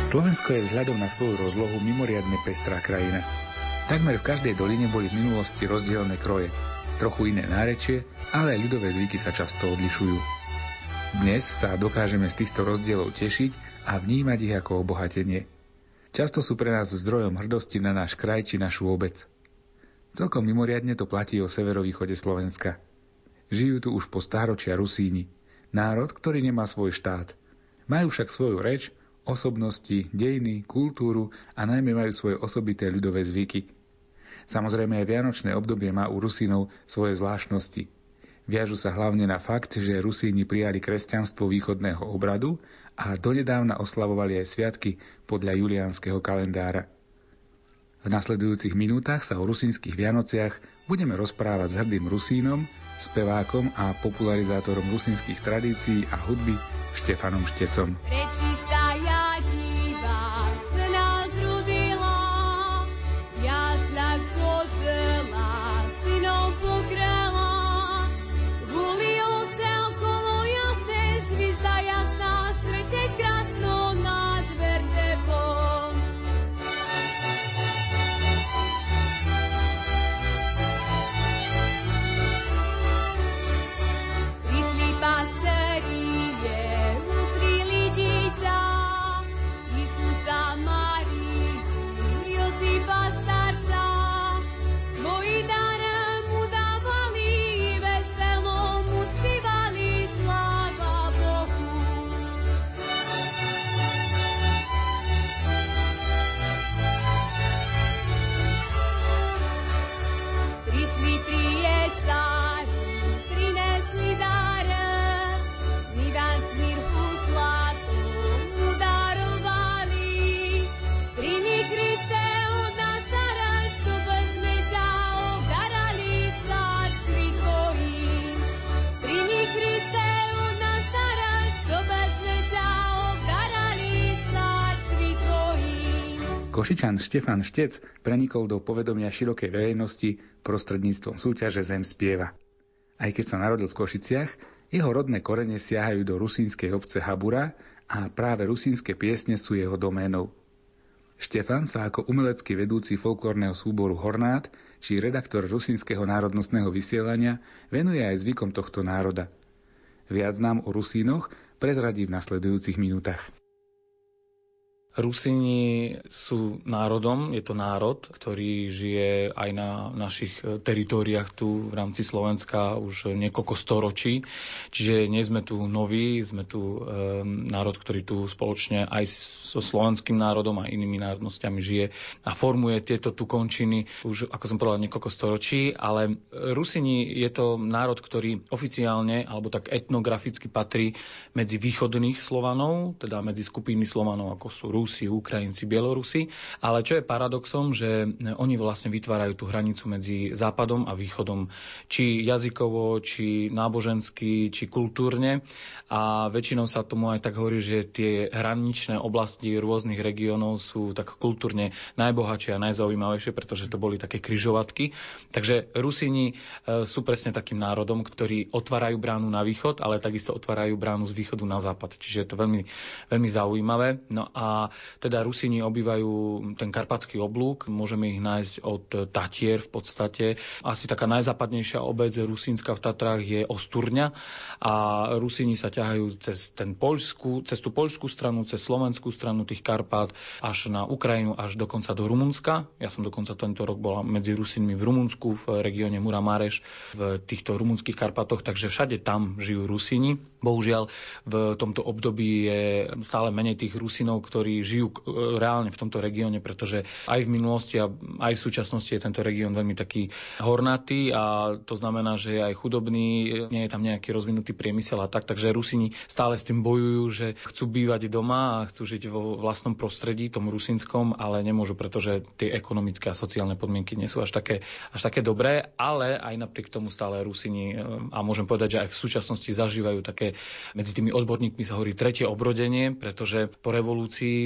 Slovensko je vzhľadom na svoju rozlohu mimoriadne pestrá krajina. Takmer v každej doline boli v minulosti rozdielne kroje, trochu iné nárečie, ale aj ľudové zvyky sa často odlišujú. Dnes sa dokážeme z týchto rozdielov tešiť a vnímať ich ako obohatenie. Často sú pre nás zdrojom hrdosti na náš kraj či našu obec. Celkom mimoriadne to platí o severovýchode Slovenska. Žijú tu už po stáročia Rusíni, národ, ktorý nemá svoj štát. Majú však svoju reč, osobnosti, dejiny, kultúru a najmä majú svoje osobité ľudové zvyky. Samozrejme aj vianočné obdobie má u Rusínov svoje zvláštnosti. Viažu sa hlavne na fakt, že Rusíni prijali kresťanstvo východného obradu a donedávna oslavovali aj sviatky podľa juliánskeho kalendára. V nasledujúcich minútach sa o rusínskych Vianociach budeme rozprávať s hrdým Rusínom, spevákom a popularizátorom rusínskych tradícií a hudby Štefanom Štecom. Košičan Štefan Štec prenikol do povedomia širokej verejnosti prostredníctvom súťaže Zem spieva. Aj keď sa narodil v Košiciach, jeho rodné korene siahajú do rusínskej obce Habura a práve rusínske piesne sú jeho doménou. Štefan sa ako umelecký vedúci folklórneho súboru Hornát či redaktor rusínskeho národnostného vysielania venuje aj zvykom tohto národa. Viac nám o Rusínoch prezradí v nasledujúcich minútach. Rusíni sú národom, je to národ, ktorý žije aj na našich teritóriách tu v rámci Slovenska už niekoľko storočí. Čiže nie sme tu noví, sme tu národ, ktorý tu spoločne aj so slovenským národom a inými národnosťami žije a formuje tieto tu končiny už, ako som povedal, niekoľko storočí. Ale Rusíni je to národ, ktorý oficiálne alebo tak etnograficky patrí medzi východných Slovanov, teda medzi skupiny Slovanov, ako sú Rusi, Ukrajinci, Bielorusi. Ale čo je paradoxom, že oni vlastne vytvárajú tú hranicu medzi západom a východom, či jazykovo, či nábožensky, či kultúrne. A väčšinou sa tomu aj tak hovorí, že tie hraničné oblasti rôznych regiónov sú tak kultúrne najbohatšie a najzaujímavejšie, pretože to boli také križovatky. Takže Rusíni sú presne takým národom, ktorí otvárajú bránu na východ, ale takisto otvárajú bránu z východu na západ. Čiže je to veľmi, veľmi zaujímavé. No a teda Rusíni obývajú ten karpatský oblúk, môžeme ich nájsť od Tatier v podstate. Asi taká najzápadnejšia obec rusínska v Tatrách je Osturňa a Rusíni sa ťahajú cez tú poľskú stranu, cez slovenskú stranu tých Karpát až na Ukrajinu, až dokonca do Rumunska. Ja som dokonca tento rok bola medzi Rusínmi v Rumunsku, v regióne Mura-Mareš, v týchto rumunských Karpatoch, takže všade tam žijú Rusíni. Bohužiaľ, v tomto období je stále menej tých Rusínov, ktorí žijú reálne v tomto regióne, pretože aj v minulosti a aj v súčasnosti je tento región veľmi taký hornatý a to znamená, že je aj chudobný, nie je tam nejaký rozvinutý priemysel a tak, takže Rusíni stále s tým bojujú, že chcú bývať doma a chcú žiť vo vlastnom prostredí, tom rusínskom, ale nemôžu, pretože tie ekonomické a sociálne podmienky nie sú až také dobré, ale aj napriek tomu stále Rusíni, a môžem povedať, že aj v súčasnosti zažívajú také, medzi tými odborníkmi sa hovorí tretie obrodenie, pretože po revolúcii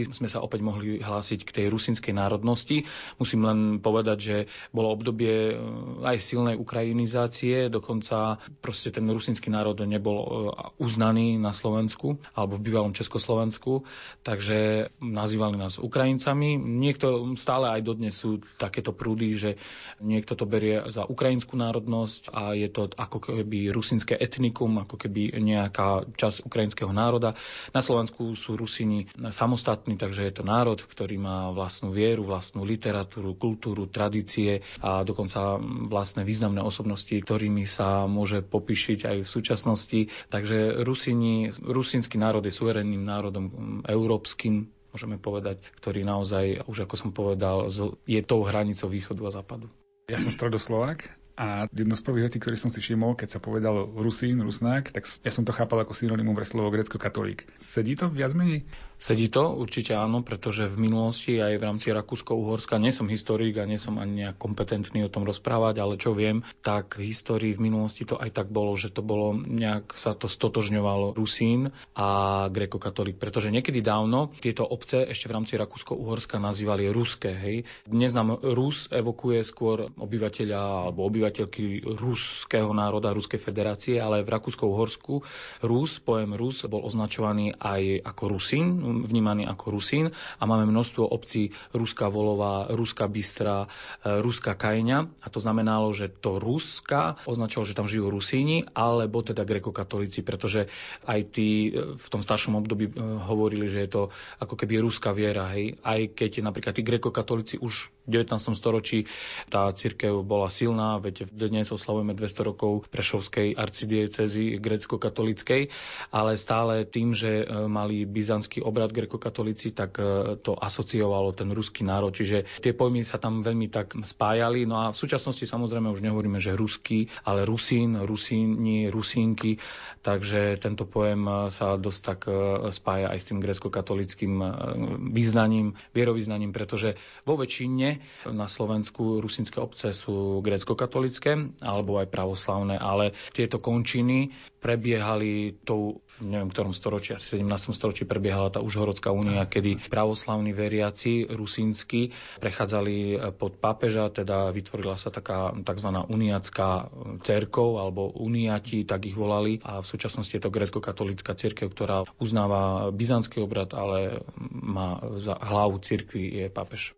kedy sme sa opäť mohli hlásiť k tej rusínskej národnosti. Musím len povedať, že bolo obdobie aj silnej ukrajinizácie, dokonca proste ten rusínsky národ nebol uznaný na Slovensku alebo v bývalom Československu, takže nazývali nás Ukrajincami. Niekto stále aj dodnes sú takéto prúdy, že niekto to berie za ukrajinskú národnosť a je to ako keby rusínske etnikum, ako keby nejaká časť ukrajinského národa. Na Slovensku sú Rusíni samostatní, takže je to národ, ktorý má vlastnú vieru, vlastnú literatúru, kultúru, tradície a dokonca vlastné významné osobnosti, ktorými sa môže popíšiť aj v súčasnosti. Takže rusínsky národ je suverénnym národom európskym, môžeme povedať, ktorý naozaj, už ako som povedal, je tou hranicou východu a západu. Ja som stredoslovák. A jedno z prvých vecí, ktoré som si všimol, keď sa povedalo Rusín, Rusnák, tak ja som to chápal ako synonymum pre slovo grécko-katolík. Sedí to viac menej? Sedí to, určite áno, pretože v minulosti aj v rámci Rakúsko-Uhorska, nie som historik a nie som ani nejak kompetentný o tom rozprávať, ale čo viem, tak v histórii v minulosti to aj tak bolo, že to bolo nejak sa to stotožňovalo Rusín a grécko-katolík, pretože niekedy dávno tieto obce ešte v rámci Rakúsko-Uhorska nazývali ruské, hej. Dnes nám Rus evokuje skôr obyvateľa alebo obyvateľky ruského národa, Ruskej federácie, ale v Rakúsko-Uhorsku pojem Rus bol označovaný aj ako Rusín, vnímaný ako Rusín a máme množstvo obcí Ruská Volová, Ruská Bystra, Ruská Kajňa a to znamenalo, že to Ruska označovalo, že tam žijú Rusíni alebo teda grékokatolíci, pretože aj tí v tom staršom období hovorili, že je to ako keby ruská viera, hej. Aj keď napríklad tí grékokatolíci už v 19. storočí tá cirkev bola silná, veď dnes oslavujeme 200 rokov prešovskej arcidiecézy grécko-katolíckej, ale stále tým, že mali byzantský obrad grékokatolíci, tak to asociovalo ten ruský národ, čiže tie pojmy sa tam veľmi tak spájali. No a v súčasnosti samozrejme už nehovoríme, že ruský, ale Rusín, Rusíni, Rusínky, takže tento pojem sa dosť tak spája aj s tým grécko-katolíckym význaním, vierovyznaním, pretože vo väčšine na Slovensku rusínske obce sú grécko-katolícke alebo aj pravoslavné, ale tieto končiny prebiehali v neviem ktorom storočí, asi 17. storočí prebiehala tá Užhorodská únia, kedy pravoslavní veriaci rusínsky prechádzali pod pápeža, teda vytvorila sa taká tzv. Uniacká cerkev alebo uniati, tak ich volali a v súčasnosti je to grécko-katolícka cirkev, ktorá uznáva byzantský obrad, ale má za hlavu cirkvi je pápež.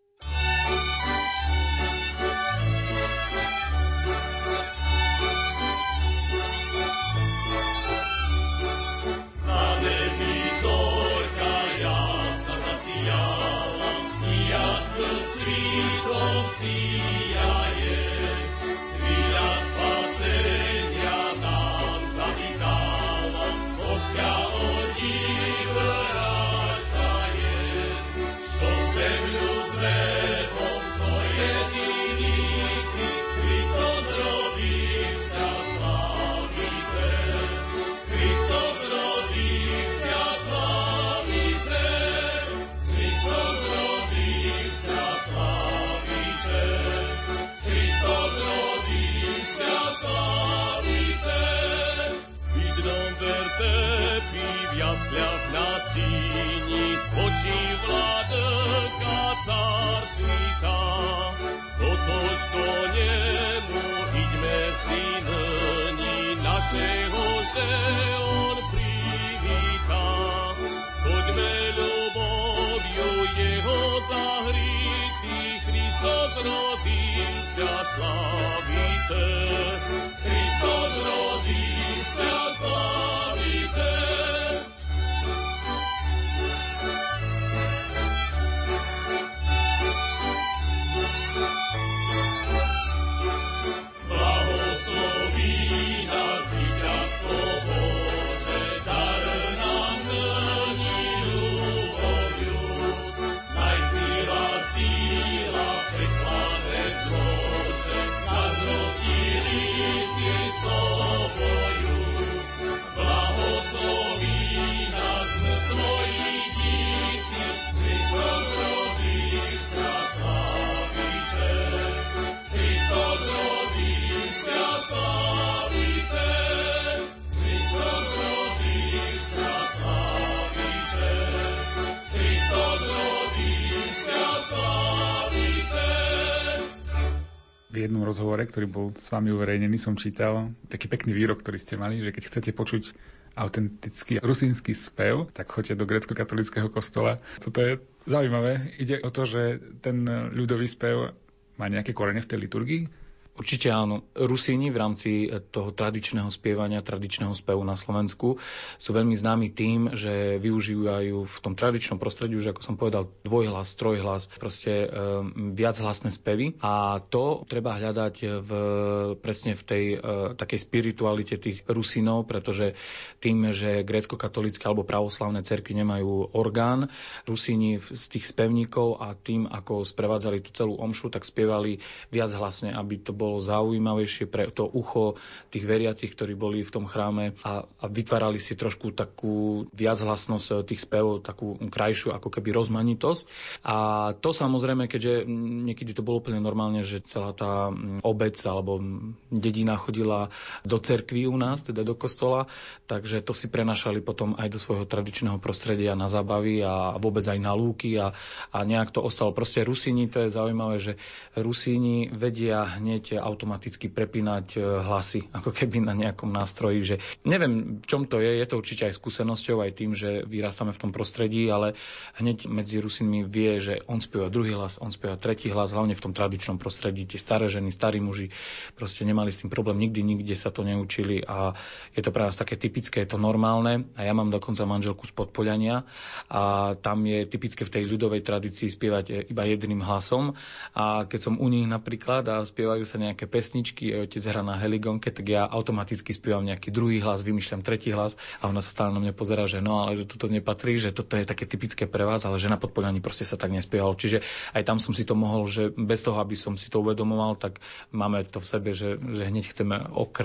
Síla, pekla bez zlože, na zrozdíli rozhovore, ktorý bol s vami uverejnený, som čítal taký pekný výrok, ktorý ste mali, že keď chcete počuť autentický rusínsky spev, tak choďte do grécko-katolického kostola. Toto je zaujímavé. Ide o to, že ten ľudový spev má nejaké korene v tej liturgii? Určite áno. Rusíni v rámci toho tradičného spievania, tradičného spevu na Slovensku sú veľmi známi tým, že využívajú v tom tradičnom prostredí, už ako som povedal, dvojhlas, trojhlas, proste viachlasné spevy. A to treba hľadať presne v tej takej spiritualite tých Rusínov, pretože tým, že grécko-katolícke alebo pravoslavné cerkvy nemajú orgán, Rusíni z tých spevníkov a tým, ako sprevádzali tú celú omšu, tak spievali viachlasne, aby to bolo zaujímavejšie pre to ucho tých veriacich, ktorí boli v tom chráme a vytvárali si trošku takú viachlasnosť tých spevov, takú krajšiu ako keby rozmanitosť. A to samozrejme, keďže niekedy to bolo úplne normálne, že celá tá obec alebo dedina chodila do cerkví u nás, teda do kostola, takže to si prenašali potom aj do svojho tradičného prostredia na zábavy a vôbec aj na lúky a nejak to ostalo. Proste Rusíni, to je zaujímavé, že Rusíni vedia hneď automaticky prepínať hlasy, ako keby na nejakom nástroji, že neviem, v čom to je to určite aj skúsenosťou, aj tým, že vyrastáme v tom prostredí, ale hneď medzi Rusínmi vie, že on spieva druhý hlas, on spieva tretí hlas, hlavne v tom tradičnom prostredí. Tie staré ženy, starí muži proste nemali s tým problém, nikde sa to neučili a je to pre nás také typické, je to normálne a ja mám dokonca manželku z Podpoľania a tam je typické v tej ľudovej tradícii spievať iba jedným hlasom a keď som u nich napríklad a spievajú sa nejaké pesničky, otec hrá na heligonke, tak ja automaticky spievam nejaký druhý hlas, vymýšľam tretí hlas a ona sa stále na mňa pozerá, že no, ale že toto nepatrí, že toto je také typické pre vás, ale že na Podpoľaní proste sa tak nespievalo. Čiže aj tam som si to mohol, že bez toho, aby som si to uvedomoval, tak máme to v sebe, že hneď chceme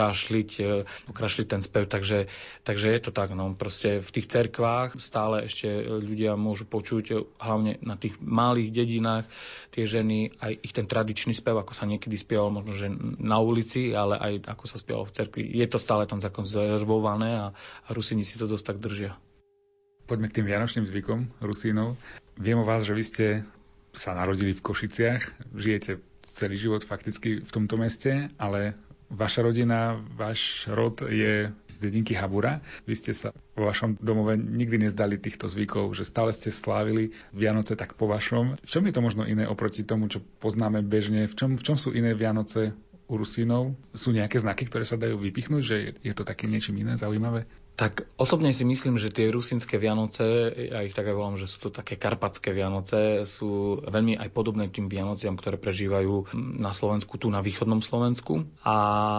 okrašliť ten spev, takže je to tak, no, proste v tých cerkvách stále ešte ľudia môžu počuť, hlavne na tých malých dedinách, tie ženy, aj ich ten tradičný spev, ako sa niekedy spieval možno, že na ulici, ale aj ako sa spievalo v cerkvi. Je to stále tam zakonzervované a Rusíni si to dosť tak držia. Poďme k tým vianočným zvykom Rusínov. Viem o vás, že vy ste sa narodili v Košiciach, žijete celý život fakticky v tomto meste, ale vaša rodina, váš rod je z dedinky Habura. Vy ste sa vo vašom domove nikdy nezdali týchto zvykov, že stále ste slávili Vianoce tak po vašom. V čom je to možno iné oproti tomu, čo poznáme bežne? V čom sú iné Vianoce u Rusínov? Sú nejaké znaky, ktoré sa dajú vypichnúť, že je to také niečím iné, zaujímavé? Tak osobne si myslím, že tie rusínske Vianoce, ja ich tak aj volám, že sú to také karpatské Vianoce, sú veľmi aj podobné tým Vianociam, ktoré prežívajú na Slovensku, tu na východnom Slovensku. A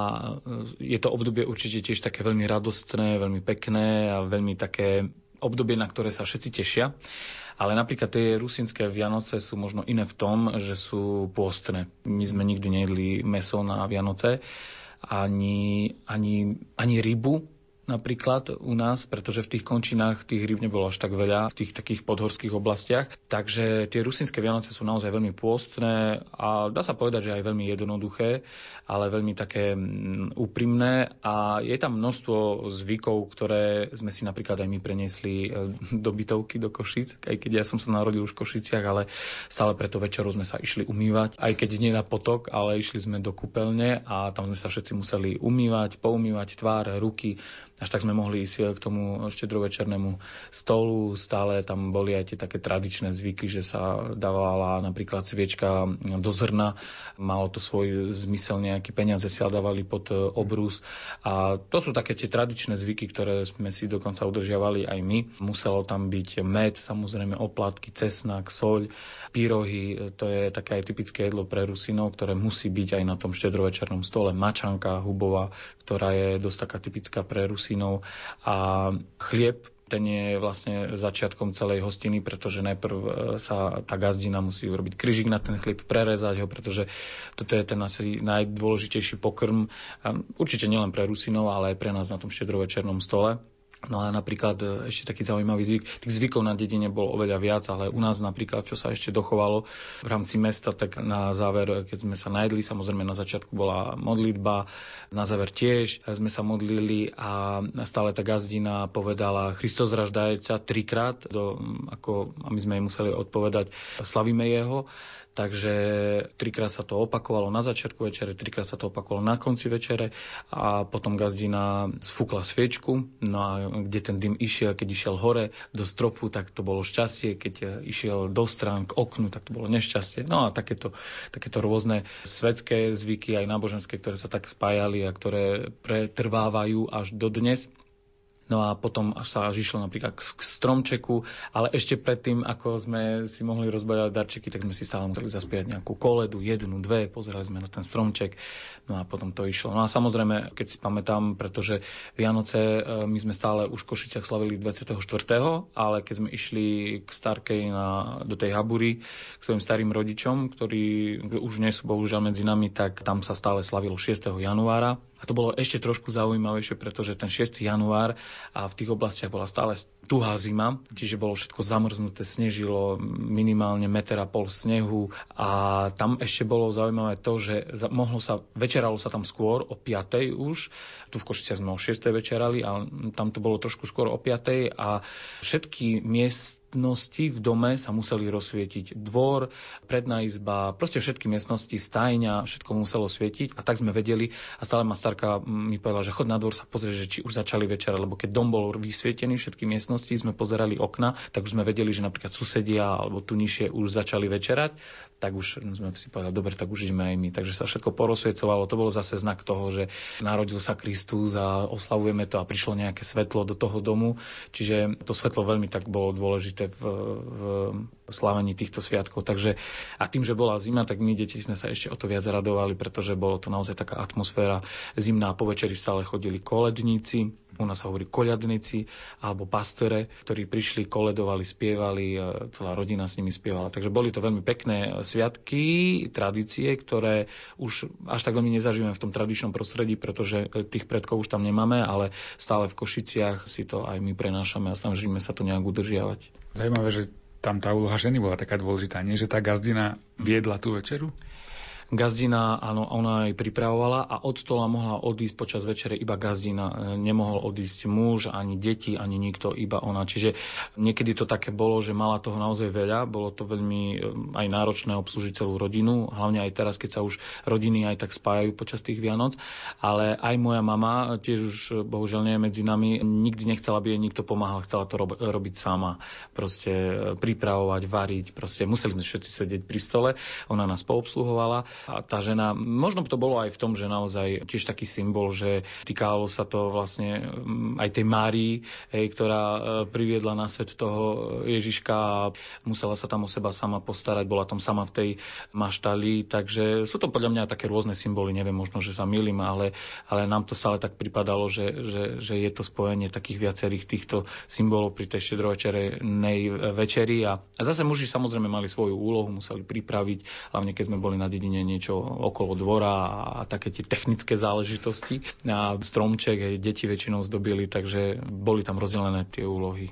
je to obdobie určite tiež také veľmi radostné, veľmi pekné a veľmi také obdobie, na ktoré sa všetci tešia. Ale napríklad tie rusínske Vianoce sú možno iné v tom, že sú pôstne. My sme nikdy nejedli mäso na Vianoce, ani rybu, napríklad u nás, pretože v tých končinách tých rýb nebolo až tak veľa v tých takých podhorských oblastiach. Takže tie rusínske Vianoce sú naozaj veľmi pôstne a dá sa povedať, že aj veľmi jednoduché, ale veľmi také úprimné a je tam množstvo zvykov, ktoré sme si napríklad aj my preniesli do bytovky, do Košíc, aj keď ja som sa narodil už v Košiciach, ale stále preto večeru sme sa išli umývať, aj keď nie na potok, ale išli sme do kúpeľne a tam sme sa všetci museli umývať, poumývať tvár, ruky. Až tak sme mohli ísť k tomu štedrovečernému stolu. Stále tam boli aj tie také tradičné zvyky, že sa dávala napríklad sviečka do zrna. Malo to svoj zmysel, nejaké peniaze sa dávali pod obrus. A to sú také tie tradičné zvyky, ktoré sme si dokonca udržiavali aj my. Muselo tam byť med, samozrejme oplatky, cesnak, soľ, pyrohy. To je také aj typické jedlo pre Rusínov, ktoré musí byť aj na tom štedrovečernom stole. Mačanka hubová, ktorá je dosť taká typická pre Rusínov. A chlieb, ten je vlastne začiatkom celej hostiny, pretože najprv sa tá gazdina musí urobiť kryžík na ten chlieb, prerezať ho, pretože toto je ten asi najdôležitejší pokrm. Určite nielen pre Rusínov, ale aj pre nás na tom štedrovečernom stole. No a napríklad ešte taký zaujímavý zvyk, tých zvykov na dedine bolo oveľa viac, ale u nás napríklad, čo sa ešte dochovalo v rámci mesta, tak na záver, keď sme sa najedli, samozrejme na začiatku bola modlitba, na záver tiež sme sa modlili a stále tá gazdina povedala Kristus raždajca 3-krát, a my sme jej museli odpovedať slavíme jeho. Takže 3-krát sa to opakovalo na začiatku večere, 3-krát sa to opakovalo na konci večere a potom gazdina sfúkla sviečku, no a kde ten dym išiel, keď išiel hore do stropu, tak to bolo šťastie, keď išiel do strán k oknu, tak to bolo nešťastie. No a takéto rôzne svetské zvyky, aj náboženské, ktoré sa tak spájali a ktoré pretrvávajú až dodnes. No a potom sa išlo napríklad k stromčeku, ale ešte predtým, ako sme si mohli rozbaliať darčeky, tak sme si stále museli zaspievať nejakú koledu, 1, 2, pozerali sme na ten stromček, no a potom to išlo. No a samozrejme, keď si pamätám, pretože Vianoce my sme stále už v Košiciach slavili 24., ale keď sme išli k Starkej do tej Habury, k svojim starým rodičom, ktorí už nie sú bohužiaľ medzi nami, tak tam sa stále slavilo 6. januára. A to bolo ešte trošku zaujímavejšie, pretože ten 6. január a v tých oblastiach bola stále tuhá zima, čiže bolo všetko zamrznuté, snežilo minimálne 1,5 metra snehu a tam ešte bolo zaujímavé to, že večeralo sa tam skôr o 5:00 už. Tu v Košiciach sme o 6:00 večerali, ale tam to bolo trošku skôr o 5:00 a všetky miestnosti v dome sa museli rozsvietiť. Dvor, predná izba, proste všetky miestnosti, stajňa, všetko muselo svietiť a tak sme vedeli a stále ma starka mi povedala, že chod na dvor sa pozrieť, že či už začali večer, lebo keď dom bol vysvietený, všetky miestnosti, sme pozerali okna, tak už sme vedeli, že napríklad susedia alebo tu nižšie už začali večerať, tak už sme si povedali, dobre, tak už ideme aj my. Takže sa všetko porozsviecovalo, to bol zase znak toho, že narodil sa Kristus a oslavujeme to a prišlo nejaké svetlo do toho domu, čiže to svetlo veľmi tak bolo dôležité v slávení týchto sviatkov. Takže a tým, že bola zima, tak my deti sme sa ešte o to viac radovali, pretože bolo to naozaj taká atmosféra zimná. Po večeri stále chodili koledníci, u nás sa hovorí koľadníci alebo pastore, ktorí prišli, koledovali, spievali, celá rodina s nimi spievala. Takže boli to veľmi pekné sviatky, tradície, ktoré už až tak veľmi nezažívame v tom tradičnom prostredí, pretože tých predkov už tam nemáme, ale stále v Košiciach si to aj my prenášame a snažíme sa to nejak udržiavať. Zajímavé, že tam tá úloha ženy bola taká dôležitá, nie? Že tá gazdina viedla tú večeru? Gazdina, áno, ona aj pripravovala a od stola mohla odísť počas večere iba gazdina. Nemohol odísť muž, ani deti, ani nikto, iba ona. Čiže niekedy to také bolo, že mala toho naozaj veľa. Bolo to veľmi aj náročné obslúžiť celú rodinu, hlavne aj teraz, keď sa už rodiny aj tak spájajú počas tých Vianoc. Ale aj moja mama, tiež už bohužiaľ nie je medzi nami, nikdy nechcela, aby jej nikto pomáhal, chcela to robiť sama. Proste pripravovať, variť, proste museli sme všetci sedieť pri stole. Ona nás poobsluhovala. A tá žena, možno to bolo aj v tom, že naozaj tiež taký symbol, že týkalo sa to vlastne aj tej Márii, ktorá priviedla na svet toho Ježiška a musela sa tam o seba sama postarať, bola tam sama v tej maštali, takže sú to podľa mňa také rôzne symboly, neviem, možno, že sa mýlim, ale nám to stále tak pripadalo, že je to spojenie takých viacerých týchto symbolov pri tej štedrovečernej večeri a zase muži samozrejme mali svoju úlohu, museli pripraviť, hlavne keď sme boli na dedine niečo okolo dvora a také tie technické záležitosti. A stromček aj deti väčšinou zdobili, takže boli tam rozdelené tie úlohy.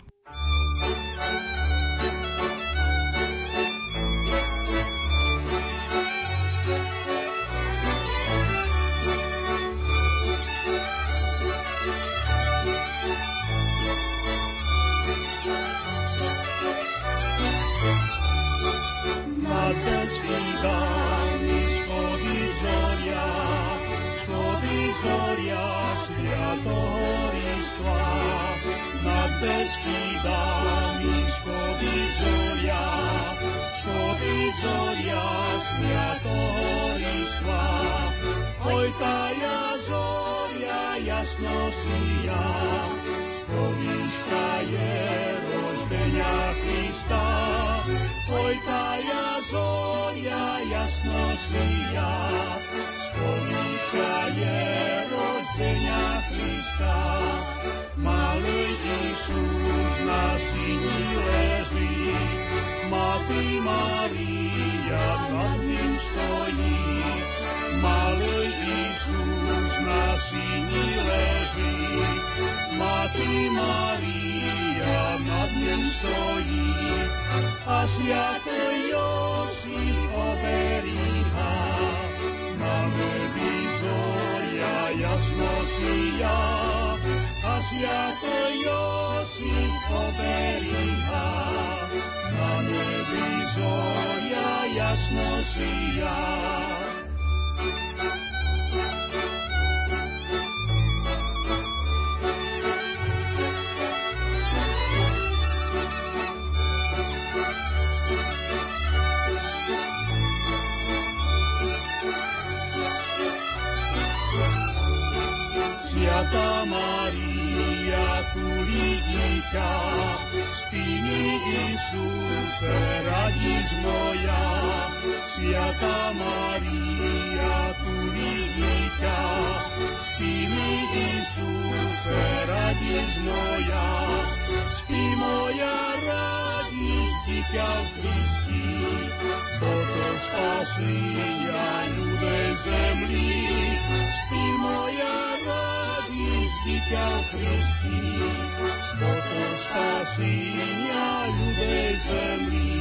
Maria sviaty Josip oberíha, na nebi zoria jasno sija, a sviaty Josip oberíha, na nebi zoria jasno sija. Sviata Maria, tuli dieťa, spí mi Isuse, radiš moja. Sviata Maria, tuli dieťa, spí mi Isuse, radiš moja. Spí moja, radiš dieťa v Kristi, bo to spasenia ľudé zemlí. Spí moja, dieťa v Kristi, bo to spasenia ľudej zemlí.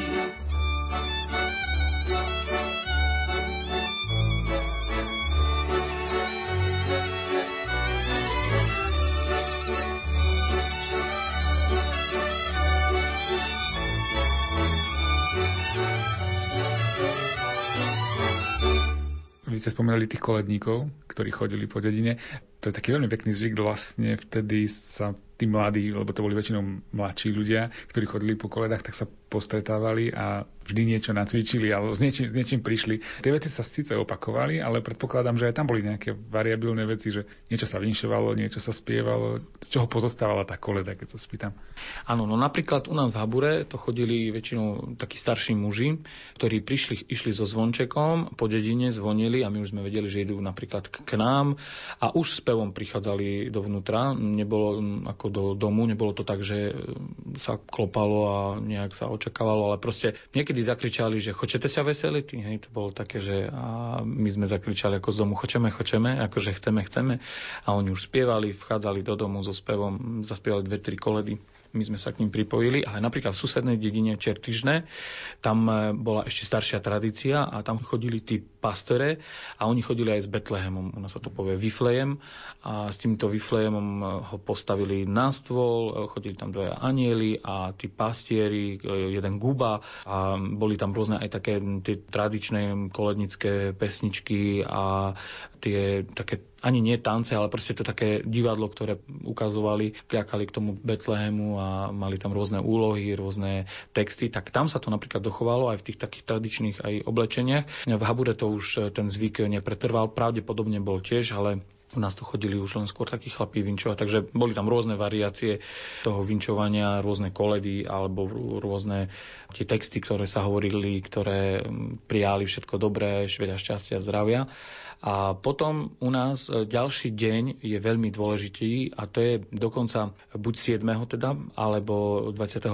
Vy ste spomínali tých koledníkov, ktorí chodili po dedine. To je taký veľmi pekný zvyk, vlastne vtedy sa tí mladí, lebo to boli väčšinou mladší ľudia, ktorí chodili po koledách, tak sa postretávali a vždy niečo nacvičili, alebo s niečím prišli. Tie veci sa síce opakovali, ale predpokladám, že aj tam boli nejaké variabilné veci, že niečo sa vinšovalo, niečo sa spievalo. Z čoho pozostávala tá koleda, keď sa spýtam? Áno, no napríklad u nás v Habure to chodili väčšinou takí starší muži, ktorí išli so zvončekom, po dedine zvonili a my už sme vedeli, že idú napríklad k nám a už spevom prichádzali dovnútra. Nebolo ako do domu, nebolo to tak, že sa klopalo a nejak sa očakávalo, ale proste niekedy zakričali, že chočete sa veseliť. Hej, to bolo také, že a my sme zakričali ako z domu chočeme, akože chceme. A oni už spievali, vchádzali do domu so spevom, zaspievali 2-3 koledy. My sme sa k ním pripojili, ale napríklad v susednej dedine Čertižne, tam bola ešte staršia tradícia a tam chodili tí pastere a oni chodili aj s Betlehemom. U nás sa to povie Viflejem a s týmto Viflejemom ho postavili na stôl, chodili tam 2 anjeli a tí pastieri, jeden guba a boli tam rôzne aj také tie tradičné kolednické pesničky a tie také ani nie tance, ale proste to také divadlo, ktoré ukazovali, kľakali k tomu Betlehemu a mali tam rôzne úlohy, rôzne texty, tak tam sa to napríklad dochovalo aj v tých takých tradičných aj oblečeniach. V Habure to už ten zvyk nepretrval, pravdepodobne bol tiež, ale u nás to chodili už len skôr takí chlapí vinčovať, takže boli tam rôzne variácie toho vinčovania, rôzne koledy alebo rôzne tie texty, ktoré sa hovorili, ktoré prijali všetko dobré, veľa šťastia, zdravia. A potom u nás ďalší deň je veľmi dôležitý a to je dokonca buď 7. teda, alebo 25.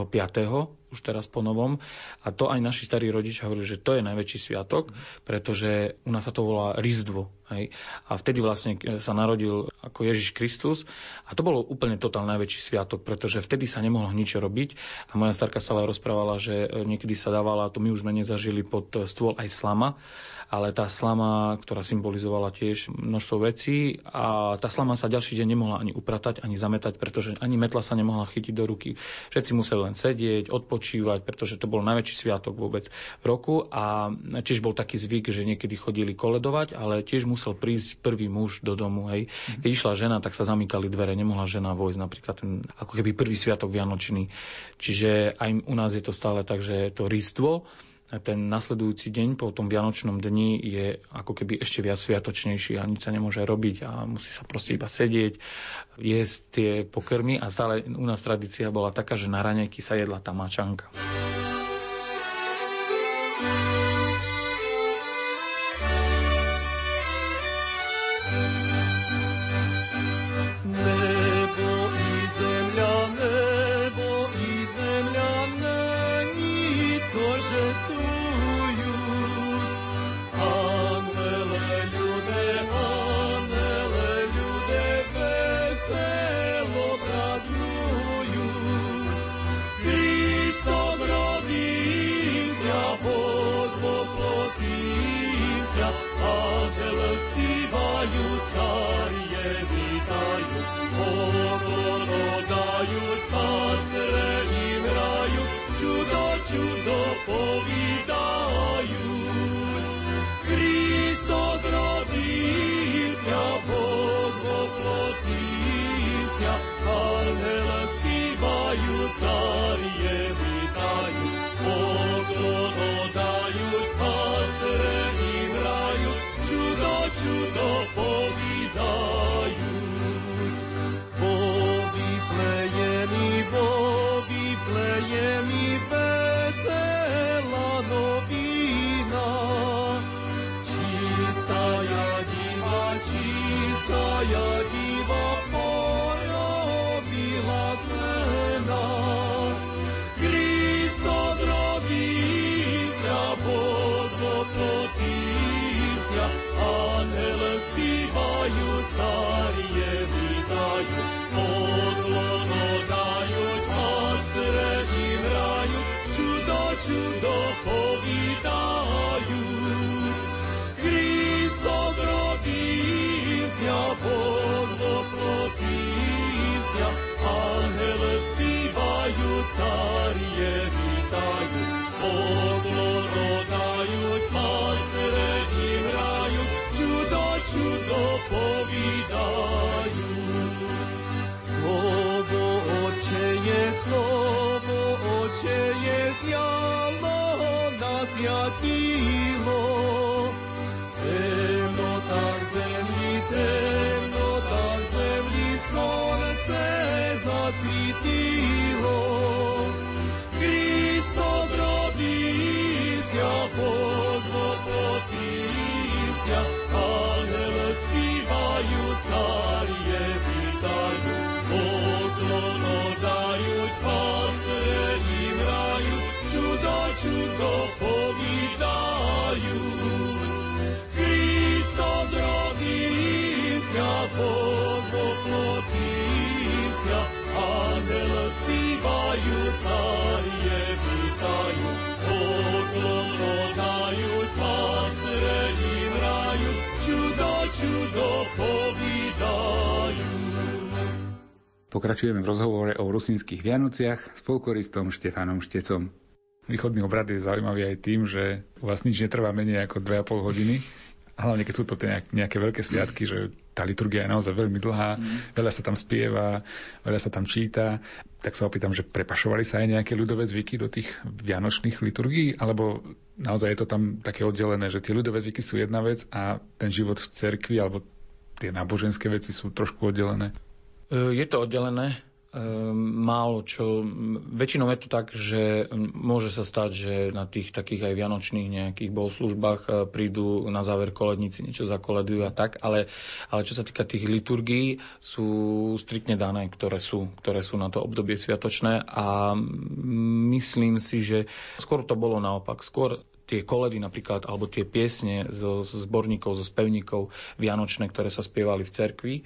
už teraz po novom. A to aj naši starí rodičia hovorili, že to je najväčší sviatok, pretože u nás sa to volá Rizdvo. Hej. A vtedy vlastne sa narodil ako Ježiš Kristus a to bolo úplne totálne najväčší sviatok, pretože vtedy sa nemohlo nič robiť. A moja starka sa ale rozprávala, že niekedy sa dávala, to my už sme nezažili, pod stôl aj slama, ale tá slama, ktorá symbolizovala tiež množstvo vecí a tá slama sa ďalší deň nemohla ani upratať, ani zametať, pretože ani metla sa nemohla chytiť do ruky. Všetci museli len sedieť, odpočívať, pretože to bol najväčší sviatok vôbec v roku a tiež bol taký zvyk, že niekedy chodili koledovať, ale tiež musel prísť prvý muž do domu. Hej. Keď išla žena, tak sa zamykali dvere, nemohla žena vojsť, napríklad ten ako keby prvý sviatok vianočný. Čiže aj u nás je to stále tak, že to Rizdvo, ten nasledujúci deň po tom vianočnom dni je ako keby ešte viac sviatočnejší a nič sa nemôže robiť a musí sa proste iba sedieť, jesť tie pokrmy a stále u nás tradícia bola taká, že na raňajky sa jedla tá mačanka. Христос spívsia, anjele spívajú, cárie vítajú, poklon oddajú, pastere im rajú, čudo, čudo povídajú. Vypleje mi veselá novina, čistá diva porodila syna. Kristus rodícia, Boh oplotился, anjele spívajú, cárie vítajú, poklon oddajú, pastere im rajú, čudo povídajú. Kristus rodícia, Boh oplotился, anjele spívajú, cárie vítajú, poklon oddajú, pastere im rajú, čudo povídajú. Slovo Otče je zjalo, nás jatilo, temnotách zemli slnce zasvítilo. Kristus rodícia, Boh oplotился, anjele spívajú, cárie vítajú, poklon oddajú, pastere im rajú, čudo povídajú. Kristus rodícia, Boh oplotился, anjele spívajú, cárie vítajú, poklon oddajú, pastere im rajú, čudo povídajú. Pokračujeme v rozhovore o rusínskych Vianociach s folkloristom Štefanom Štecom. Východný obrad je zaujímavý aj tým, že u vás nič netrvá menej ako 2,5 hodiny. Hlavne keď sú to nejaké veľké sviatky, že tá liturgia je naozaj veľmi dlhá, veľa sa tam spieva, veľa sa tam číta. Tak sa opýtam, že prepašovali sa aj nejaké ľudové zvyky do tých vianočných liturgií, alebo naozaj je to tam také oddelené, že tie ľudové zvyky sú jedna vec a ten život v cerkvi alebo tie náboženské veci sú trošku oddelené? Je to oddelené. Málo čo. Väčšinou je to tak, že môže sa stať, že na tých takých aj vianočných nejakých bohoslužbách prídu na záver koledníci, niečo zakoledujú a tak, ale čo sa týka tých liturgií, sú striktne dané, ktoré sú na to obdobie sviatočné a myslím si, že skôr to bolo naopak. Skôr tie koledy napríklad, alebo tie piesne zo zborníkov, zo spevníkov vianočné, ktoré sa spievali v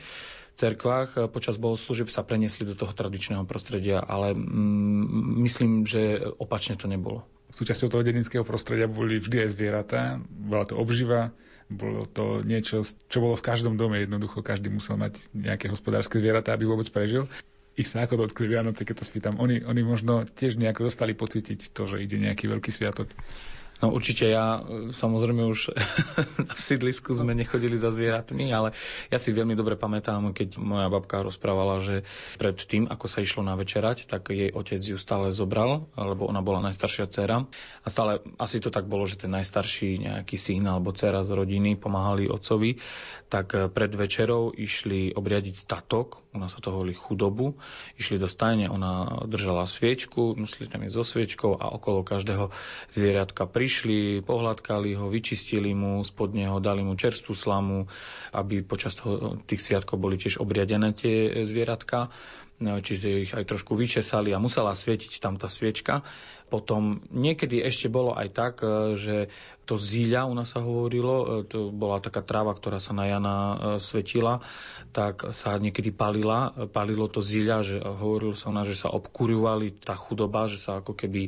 cerkvách počas bohoslúžieb sa preniesli do toho tradičného prostredia, ale myslím, že opačne to nebolo. Súčasťou toho dedinského prostredia boli vždy aj zvieratá, bola to obživa, bolo to niečo, čo bolo v každom dome, jednoducho každý musel mať nejaké hospodárske zvieratá, aby vôbec prežil. Ich sa ako dotkli Vianoce, keď to spýtam. Oni možno tiež nejako dostali pocítiť to, že ide nejaký veľký sviatok. No určite ja, samozrejme už na sídlisku sme nechodili za zvieratmi, ale ja si veľmi dobre pamätám, keď moja babka rozprávala, že pred tým, ako sa išlo na večerať, tak jej otec ju stále zobral, lebo ona bola najstaršia dcéra. A stále asi to tak bolo, že ten najstarší nejaký syn alebo dcéra z rodiny pomáhali otcovi, tak pred večerou išli obriadiť statok, u nás sa to hovorí chudobu, išli do stajne, ona držala sviečku, museli tam ísť so sviečkou a okolo každého zvieratka prišli, pohľadkali ho, vyčistili mu spod neho, dali mu čerstvú slamu, aby počas tých sviatkov boli tiež obriadené tie zvieratka, čiže ich aj trošku vyčesali a musela svietiť tam tá sviečka. Potom niekedy ešte bolo aj tak, že to zíľa, u nás sa hovorilo, to bola taká tráva, ktorá sa na Jana svetila, tak sa niekedy palilo to zíľa, že hovorilo sa u nás, že sa obkurivali tá chudoba, že sa ako keby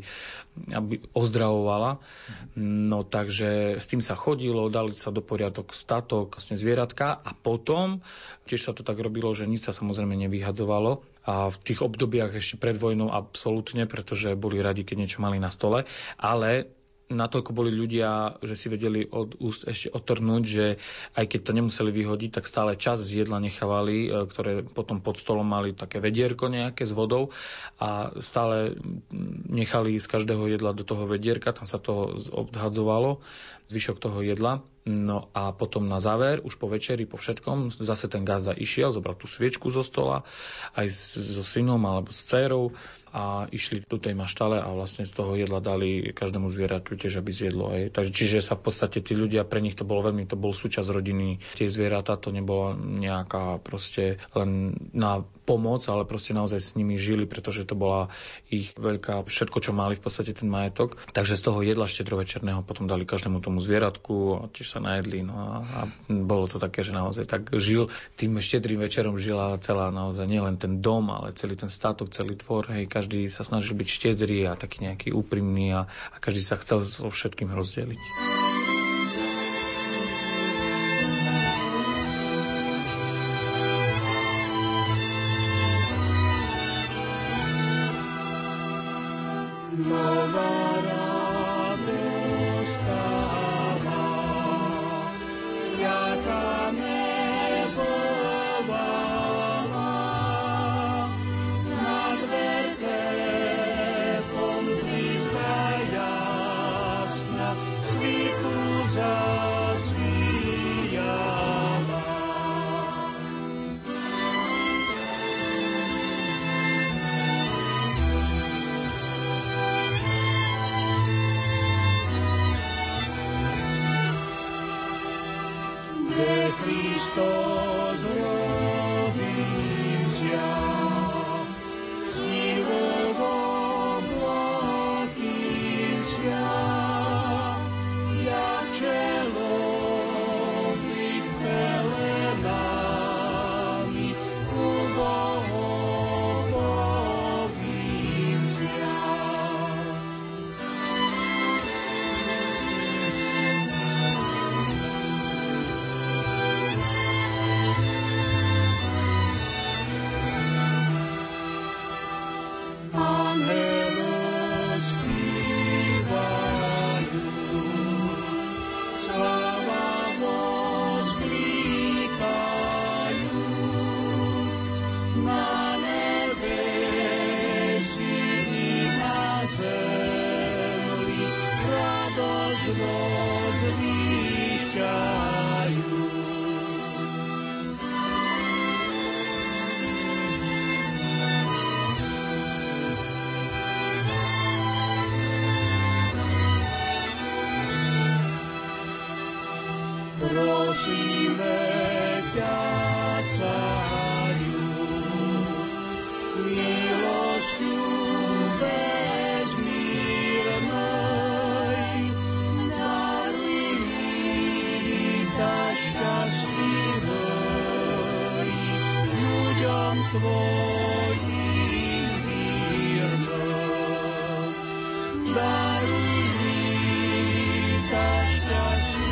ozdravovala. No takže s tým sa chodilo, dali sa do poriadok statok, vlastne zvieratka a potom tiež sa to tak robilo, že nič sa samozrejme nevyhadzovalo. A v tých obdobiach ešte pred vojnou absolútne, pretože boli radi, keď niečo mali na stole. Ale natoľko boli ľudia, že si vedeli od úst ešte otrhnúť, že aj keď to nemuseli vyhodiť, tak stále časť z jedla nechávali, ktoré potom pod stolom mali také vedierko nejaké s vodou a stále nechali z každého jedla do toho vedierka, tam sa to odhadzovalo, zvyšok toho jedla. No a potom na záver, už po večeri, po všetkom, zase ten gazda išiel, zobral tú sviečku zo stola, aj so synom alebo s dcérou a išli do tej maštale a vlastne z toho jedla dali každému zvieraťu tiež, aby zjedlo. Takže čiže sa v podstate tí ľudia, pre nich to bolo veľmi, to bol súčasť rodiny. Tie zvieratá, to nebola nejaká proste len na pomoc, ale proste naozaj s nimi žili, pretože to bola ich veľká, všetko, čo mali v podstate ten majetok. Takže z toho jedla štedrovečerného potom dali každému tomu zvieratku a tiež sa najedli. No a bolo to také, že naozaj tak žil, tým štedrým večerom žila celá naozaj nielen ten dom, ale celý ten státok, celý dvor, hej, každý sa snažil byť štedrý a taký nejaký úprimný a každý sa chcel so všetkým rozdeliť. Prosíme ťa, Cáriu, milosťu bezmírnej, daruj víta šťastlivej ľuďom tvojim vírnym. Daruj víta šťastlivej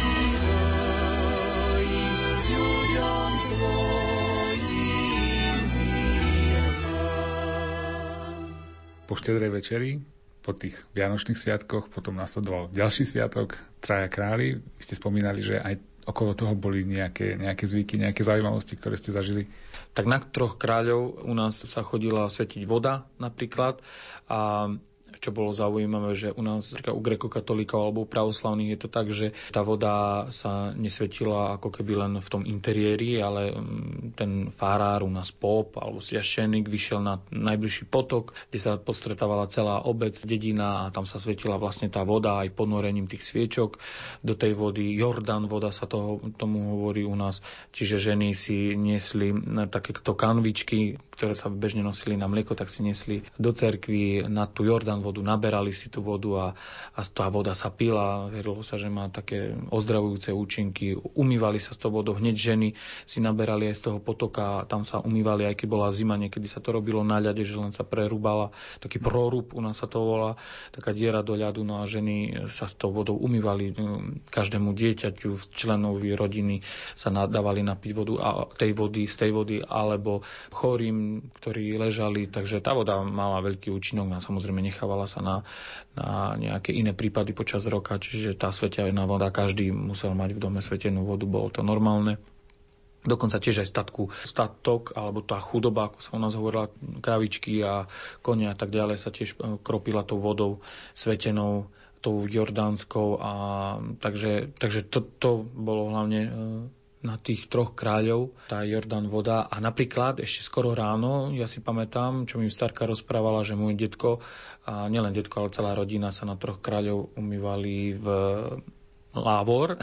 po štedrej večeri, po tých vianočných sviatkoch, potom nasledoval ďalší sviatok, Traja králi. Vy ste spomínali, že aj okolo toho boli nejaké zvyky, nejaké zaujímavosti, ktoré ste zažili. Tak na Troch kráľov u nás sa chodila svetiť voda napríklad a čo bolo zaujímavé, že u nás u grekokatolíkov alebo u pravoslavných je to tak, že tá voda sa nesvetila ako keby len v tom interiéri, ale ten farár, u nás pop alebo sviašenik vyšiel na najbližší potok, kde sa postretávala celá obec, dedina a tam sa svetila vlastne tá voda aj ponorením tých sviečok do tej vody. Jordán voda sa tomu hovorí u nás. Čiže ženy si niesli takéto kanvičky, ktoré sa bežne nosili na mlieko, tak si niesli do cerkvy na tú Jordán vodu, naberali si tú vodu a tá voda sa pila, verilo sa, že má také ozdravujúce účinky, umývali sa s tou vodou, hneď ženy si naberali aj z toho potoka, tam sa umývali, aj keď bola zima, niekedy sa to robilo na ľade, že len sa prerúbala, taký prorúb, u nás sa to volá, taká diera do ľadu, no a ženy sa s tou vodou umývali, každému dieťaťu, členovi rodiny sa dávali napiť vodu a z tej vody, alebo chorým, ktorí ležali, takže tá voda mala veľký účinok a samozrejme nechávala stiahovala sa na nejaké iné prípady počas roka, čiže tá svetená voda, každý musel mať v dome svetenú vodu, bolo to normálne. Dokonca tiež aj statok, alebo tá chudoba, ako sa u nás hovorila, kravičky a konia a tak ďalej, sa tiež kropila tou vodou svetenou, tou jordánskou. A takže to bolo hlavne na tých 3 kráľov, tá Jordán voda. A napríklad ešte skoro ráno, ja si pamätám, čo mi starka rozprávala, že môj detko, a nielen detko, ale celá rodina sa na 3 kráľov umývali v lávor,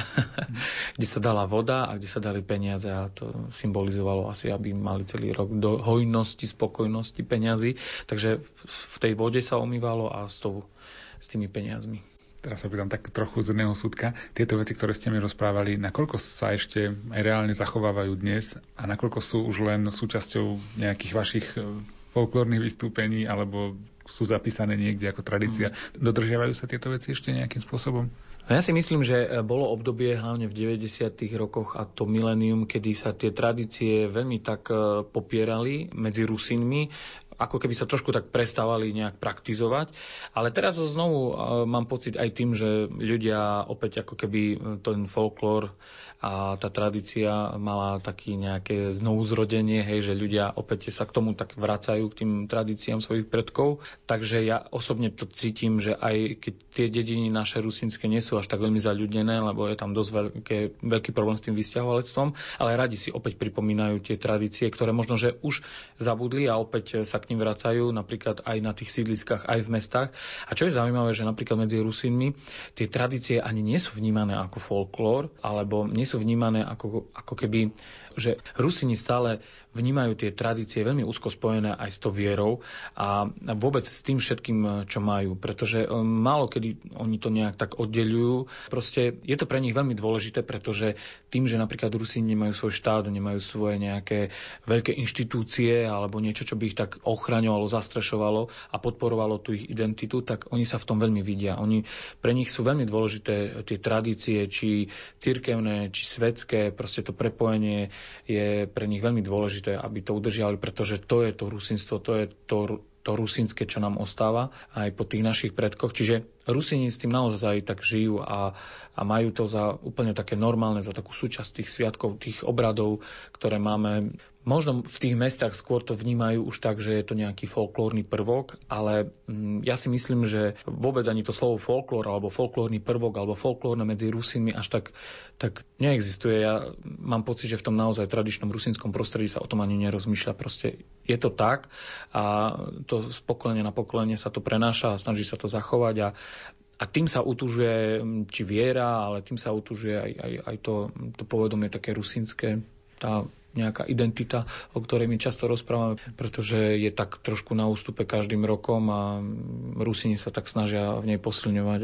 kde sa dala voda a kde sa dali peniaze a to symbolizovalo asi, aby mali celý rok do hojnosti, spokojnosti peniazy. Takže v tej vode sa umývalo a s tými peniazmi. Teraz sa pýtam tak trochu z jedného súdka. Tieto veci, ktoré ste mi rozprávali, nakoľko sa ešte aj reálne zachovávajú dnes a nakoľko sú už len súčasťou nejakých vašich folklórnych vystúpení alebo sú zapísané niekde ako tradícia? Dodržiavajú sa tieto veci ešte nejakým spôsobom? No ja si myslím, že bolo obdobie hlavne v 90. rokoch a to milénium, kedy sa tie tradície veľmi tak popierali medzi Rusínmi, ako keby sa trošku tak prestávali nejak praktizovať. Ale teraz znovu mám pocit aj tým, že ľudia opäť ako keby ten folklór a tá tradícia mala taký nejaké znovuzrodenie, hej, že ľudia opäť sa k tomu tak vracajú, k tým tradíciám svojich predkov. Takže ja osobne to cítim, že aj keď tie dediny naše rusínske nie sú až tak veľmi zaľudnené, lebo je tam dosť veľký problém s tým vysťahovalectvom, ale radi si opäť pripomínajú tie tradície, ktoré možno, že už zabudli a opäť sa k ním vracajú, napríklad aj na tých sídliskách, aj v mestách. A čo je zaujímavé, že napríklad medzi Rusínmi tie tradície ani nie sú vnímané ako folklór, alebo nie sú vnímané ako keby, že Rusíni stále vnímajú tie tradície veľmi úzko spojené aj s tou vierou a vôbec s tým všetkým, čo majú, pretože málo kedy oni to nejak tak oddeľujú. Proste je to pre nich veľmi dôležité, pretože tým, že napríklad Rusíni nemajú svoj štát, nemajú svoje nejaké veľké inštitúcie alebo niečo, čo by ich tak ochraňovalo, zastrešovalo a podporovalo tú ich identitu, tak oni sa v tom veľmi vidia. Pre nich sú veľmi dôležité tie tradície, či cirkevné, či svetské, proste to prepojenie je pre nich veľmi dôležité, aby to udržiavali, pretože to je to rusínstvo, to je to rusínske, čo nám ostáva aj po tých našich predkoch. Čiže Rusíni s tým naozaj tak žijú a majú to za úplne také normálne, za takú súčasť tých sviatkov, tých obradov, ktoré máme. Možno v tých mestách skôr to vnímajú už tak, že je to nejaký folklórny prvok, ale ja si myslím, že vôbec ani to slovo folklór alebo folklórny prvok alebo folklórne medzi Rusínmi až tak neexistuje. Ja mám pocit, že v tom naozaj tradičnom rusínskom prostredí sa o tom ani nerozmýšľa. Proste je to tak a to z pokolenia na pokolenie sa to prenáša a snaží sa to zachovať a tým sa utužuje či viera, ale tým sa utužuje aj to povedomie také rusínske, tá nejaká identita, o ktorej my často rozprávame, pretože je tak trošku na ústupe každým rokom a Rusíni sa tak snažia v nej posilňovať,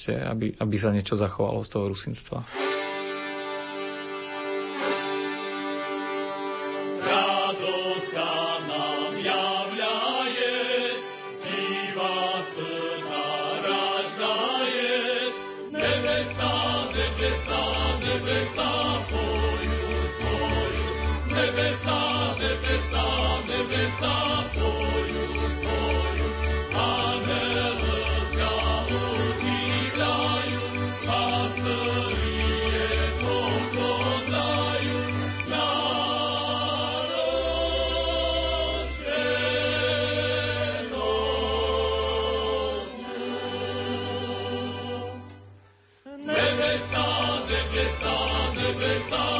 aby sa niečo zachovalo z toho rusínstva. Nebesa,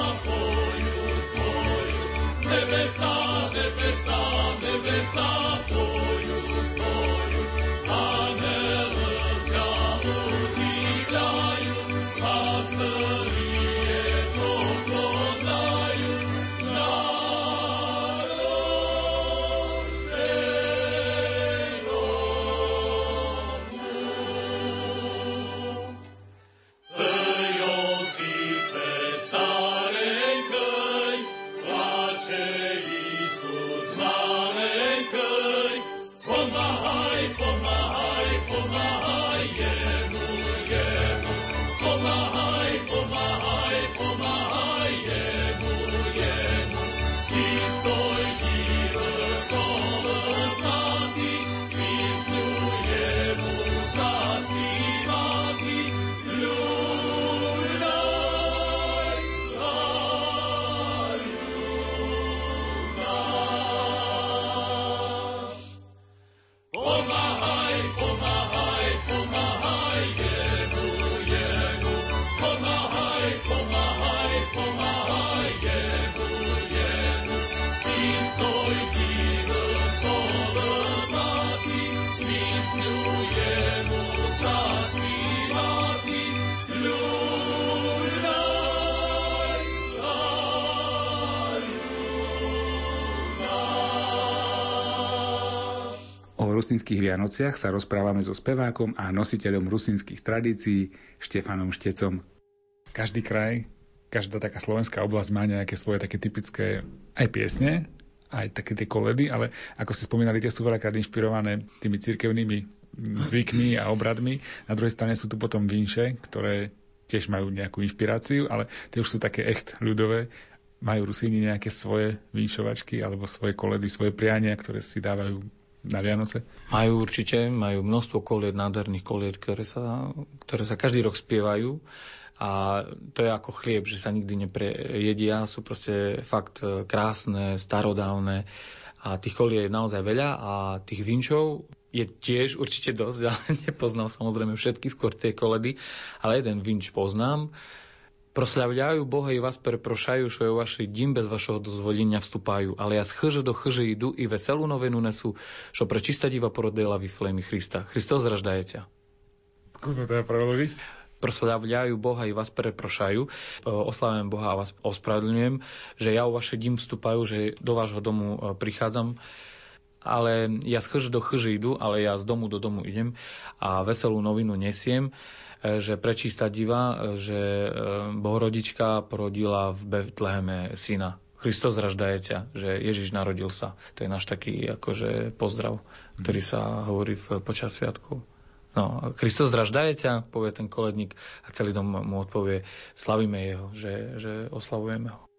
rusínskych Vianociach sa rozprávame so spevákom a nositeľom rusínskych tradícií Štefanom Štecom. Každý kraj, každá taká slovenská oblasť má nejaké svoje také typické aj piesne, aj také tie koledy, ale ako ste spomínali, tie sú veľakrát inšpirované tými cirkevnými zvykmi a obradmi. Na druhej strane sú tu potom vinše, ktoré tiež majú nejakú inšpiráciu, ale tie už sú také echt ľudové. Majú Rusíni nejaké svoje vinšovačky alebo svoje koledy, svoje priania, ktoré si dávajú na Vianoce? Majú určite, majú množstvo kolied, nádherných kolied, ktoré sa každý rok spievajú. A to je ako chlieb, že sa nikdy neprejedia, sú proste fakt krásne, starodávne a tých kolied je naozaj veľa a tých vinčov je tiež určite dosť, ale nepoznám samozrejme všetky, skôr tie koledy, ale jeden vinč poznám. Proslavľajú Boha i vás preprošajú, što je vaši dím bez vašeho dozvolenia vstúpajú, ale ja z chyže do chyže idú i veselú novinu nesú, što prečistá diva porodila vyflejmi Krista. Hristos zraždajeťa. Skúsme to preložiť. Proslavľajú Boha i vás preprošajú, oslavujem Boha a vás ospravedlňujem, že ja o vaše dím vstúpajú, že do vášho domu prichádzam, ale ja z chyže do chyže idú, ale ja z domu do domu idem a veselú novinu nesiem, že prečistá diva, že Bohorodička porodila v Betleheme syna. Hristos zraždajeťa, že Ježiš narodil sa. To je náš taký akože pozdrav, ktorý sa hovorí počas sviatkov. No, Hristos zraždajeťa, povie ten koledník a celý dom mu odpovie, slavíme jeho, že oslavujeme ho.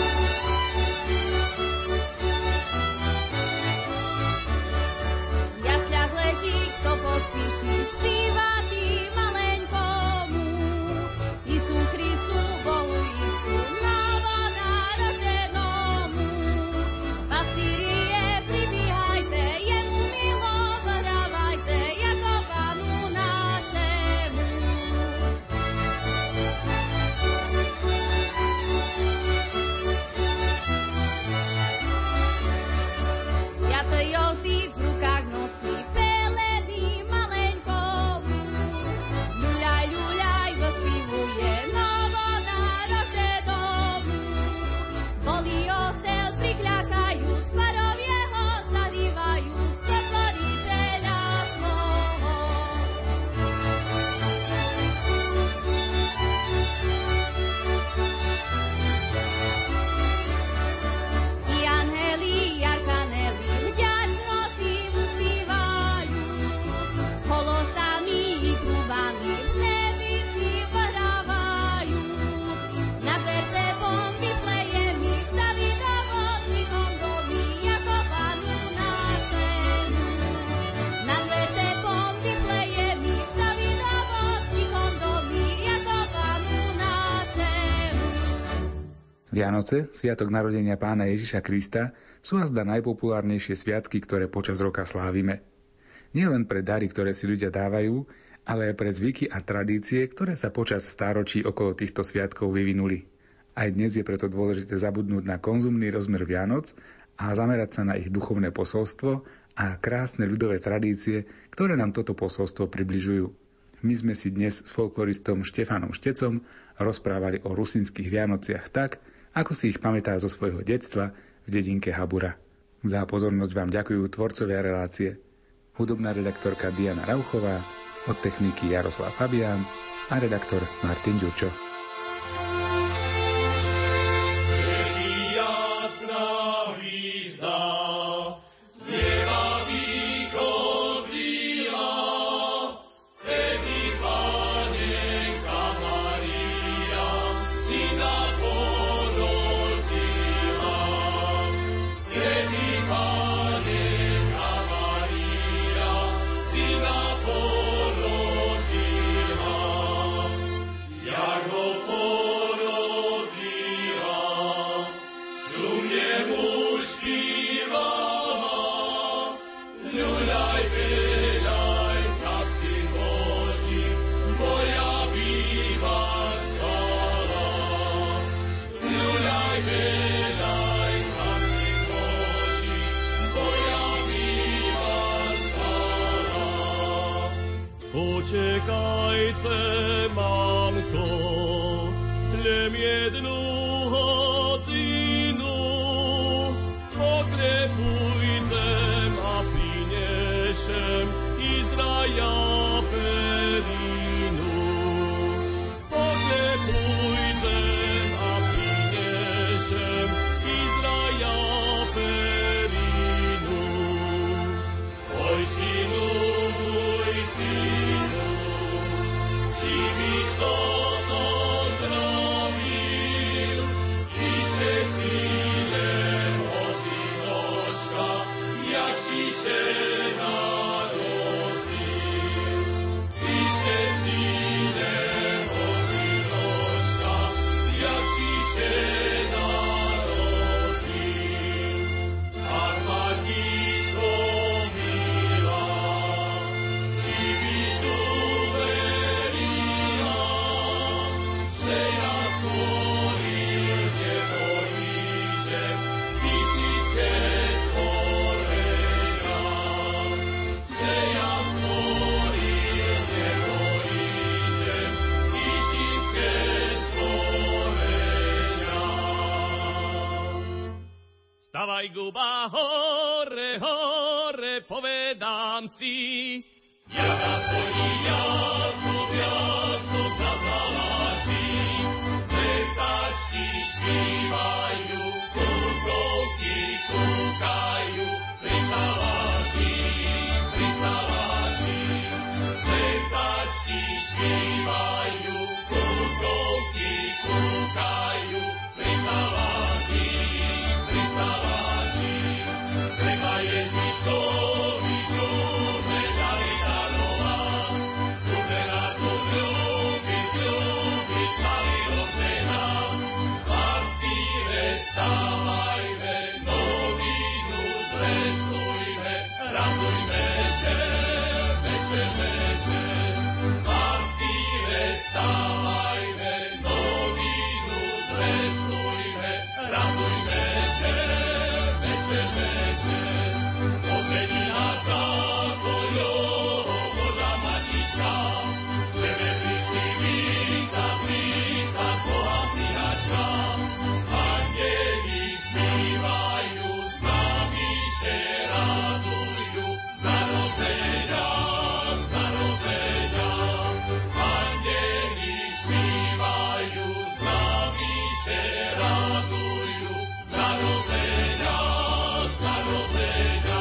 V jasľach leží, kto pospíši, zpíva tým maleňkomu. Isu Christu, Bohu Isu, novonarodenému. Pastýrie, pribíhajte, jemu milosť dávajte, ako Pánu našemu. Sviatý Jozif v rukách nosí peleny maleňkomu. Ľuľaj, ľuľaj, vospívuje novonarodenému. Boli osel prikľakajú, tvarov jeho zahrievajú, Stvoriteľa svojho. I anjeli, arkaneli, vďačnosti mu zpívajú. Holosami i trúbami v nebi si pohrávajú. Nad vertebom Vitlejemi, v Davidovom domi, ako Pánu našemu. Nad vertebom Vitlejemi, v Davidovom domi, ako Pánu našemu. Vianoce, sviatok narodenia Pána Ježiša Krista, sú azda najpopulárnejšie sviatky, ktoré počas roka slávime. Nie len pre dary, ktoré si ľudia dávajú, ale aj pre zvyky a tradície, ktoré sa počas stáročí okolo týchto sviatkov vyvinuli. Aj dnes je preto dôležité zabudnúť na konzumný rozmer Vianoc a zamerať sa na ich duchovné posolstvo a krásne ľudové tradície, ktoré nám toto posolstvo približujú. My sme si dnes s folkloristom Štefanom Štecom rozprávali o rusínskych Vianociach tak, ako si ich pamätá zo svojho detstva v dedinke Habura. Za pozornosť vám ďakujú tvorcovia relácie. Hudobná redaktorka Diana Rauchová, od techniky Jaroslav Fabián a redaktor Martin Ďurčo. Uciekajcie, mamko, plem jedną godzinu, oklepujcie, a przyniesie Spiewaj guba hore, hore, povedám ci. Jaka stojí jasnosť, jasnosť na zaláži. Vetačky špívajú, kurkovky kúkajú, pri zaláži, pri zaláži. Vetačky špívajú, kurkovky kúkajú, pri zaláži, pri zaláži. Treba Ježiškovi žurne dali darovať, bude nás Boh ľúbiť, ľúbiť, celý roce nás. Pastýre, stávajme, novinu zvestujme, radujme, že, veše, veše. Pastýre, stávajme, novinu zvestujme, radujme, že, veše, veše. Odvedí nás zákoľo, Boža Matička, že ve prišli vítať, vítať Boha synačka. Anjeli spívajú, s nami še radujú, z narodenia, z narodenia. Anjeli spívajú, s nami še radujú, z narodenia, z narodenia.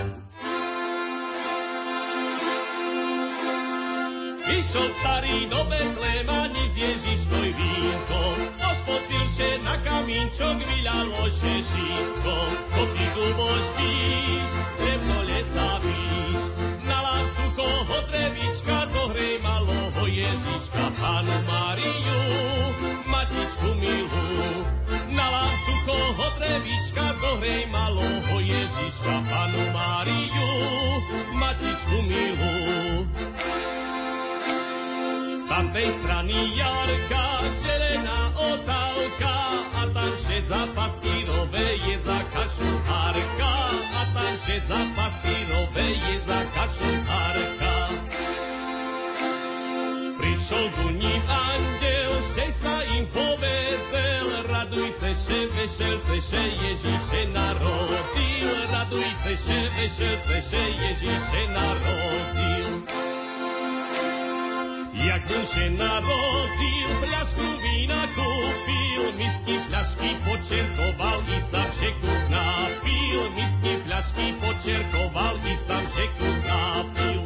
Išiel starý do Betlema, niz Ježiškoj vínko, ospocilše na kamínčok vyľalo šešícko. Co ty tu božbíš, drevno lesa víš, na lám suchoho drevička zohrej malého Ježiška, Pannu Máriu, Matičku milú. Na lám suchoho drevička zohrej malého Ježiška, Pannu Máriu, Matičku milú. Z tamtej strany jarka, zelená otálka, a tam šedza pastírové jedza kašu z hárka, a tam šedza pastírové jedza kašu z hárka. Prišiel ku ním anděl, šťastná im povedzel, radujte še, vešelce še, Ježíše narodil, radujte še, vešelce še, Ježíše narodil. Jak byl še narodil, fľašku vína kúpil, micky fľašky počerkoval, i sa všetku napil, micky fľašky počerkoval, i sa všetku napil.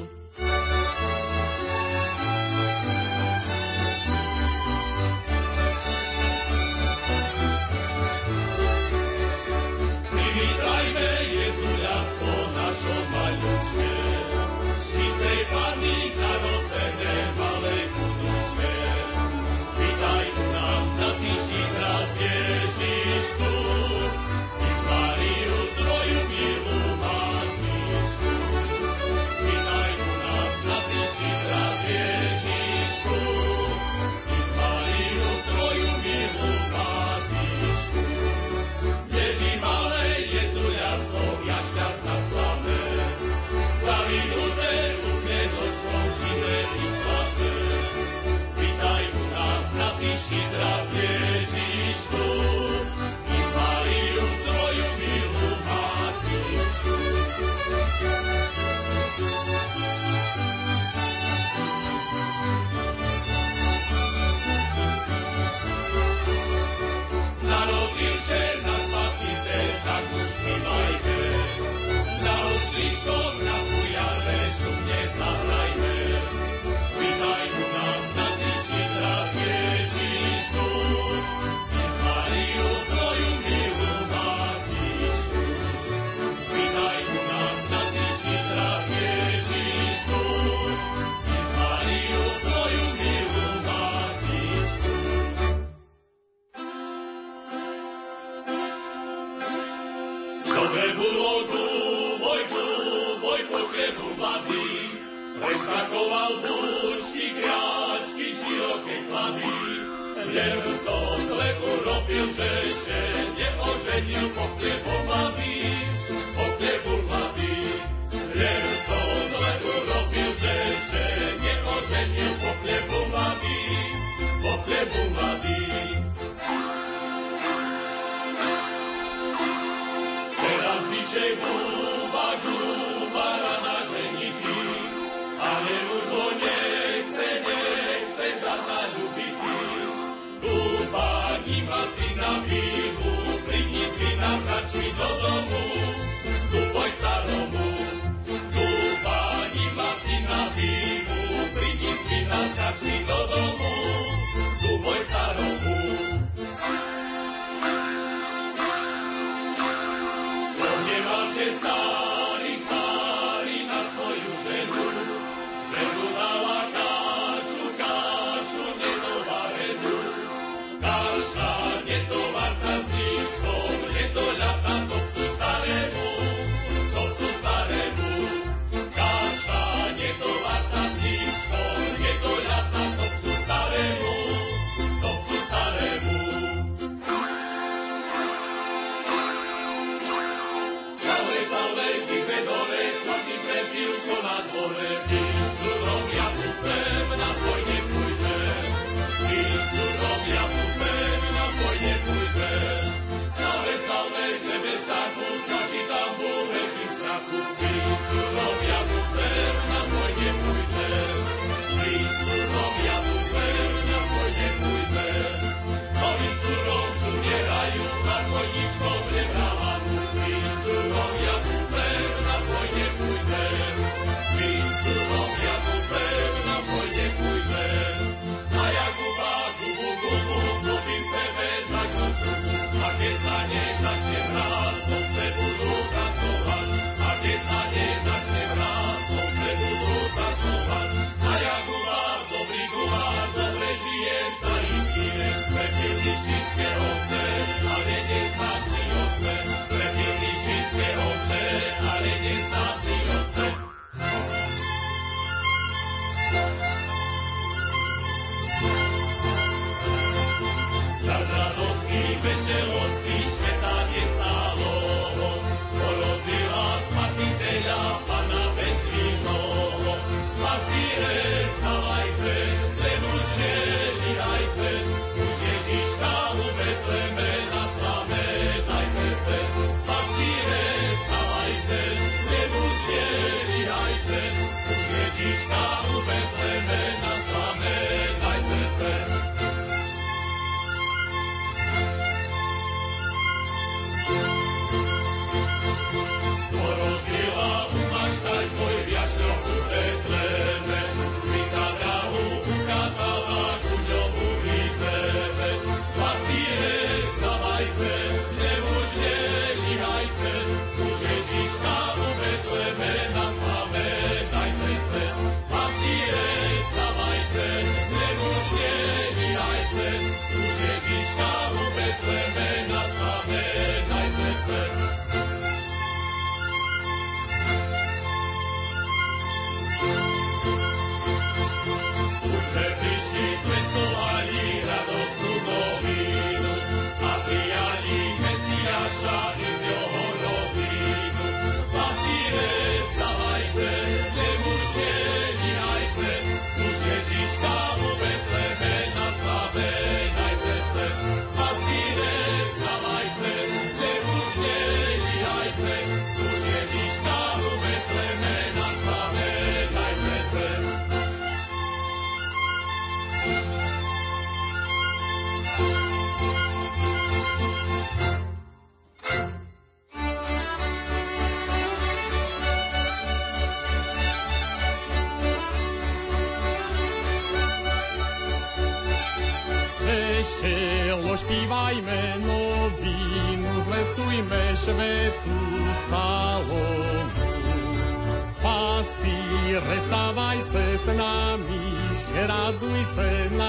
Privítajme Jezuľatko našo maľučké, z čistej Panny narodzené malé kudušké. Vítaj u nás na tisíc raz Ježišku, i s Máriu tvoju milú Matničku. Vítaj u nás na tisíc raz Ježišku, i s Máriu tvoju milú Matničku. Ježí malé Jezuľatko, jašťatna slavé, zavinuté upnenožkou živených place. Vítaj u nás na tisíc raz Ježišku, i s Máriu tvoju milú Matničku. Narodil še na Spasiteľ, tak už milajme, na husličkom na fujarve šumne zahrajme. Vítaj u nás na tisíc raz Ježišku, i s Máriu tvoju milú Matničku. Vítaj u nás na tisíc raz Ježišku, i s Máriu tvoju milú Matničku. Dobre bolo boj po chlebu mladý, preskakoval búčky, kráčky, široké klady. Len to zle urobil, že ešte neoženil po chlebu mladý, po chlebu mladý. Len to zle urobil, že ešte neoženil po chlebu mladý, po chlebu mladý. Pošpívajme novinu, zvestujme svetu calomu. Pastýre, stávajte s nami, radujte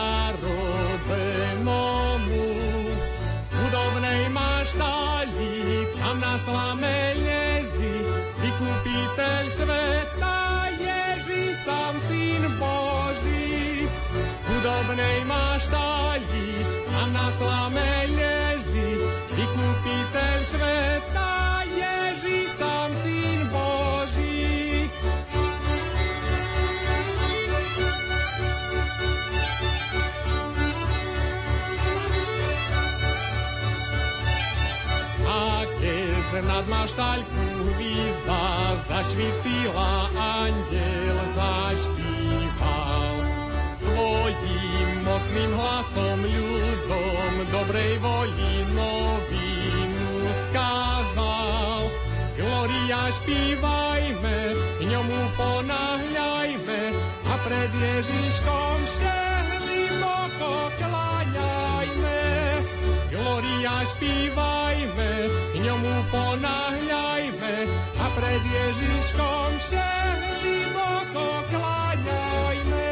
narodzenomu. V chudobnej maštali, tam na slame leží, vykupiteľ sveta, Ježiš, sám Syn Boží. V chudobnej maštali, tam na slame leží, vykupiteľ sveta, Ježiš, sám Syn Boží. A keď nad maštaľku hvízda zašvicila, anjel zašpíval. Svojím mocným hlasom ľuďom dobrej voli novinu skázal. Gloria špívajme, k ňomu ponáhľajme a pred Ježiškom hlboko kláňajme. Gloria špívajme, k ňomu ponáhľajme a pred Ježiškom hlboko kláňajme.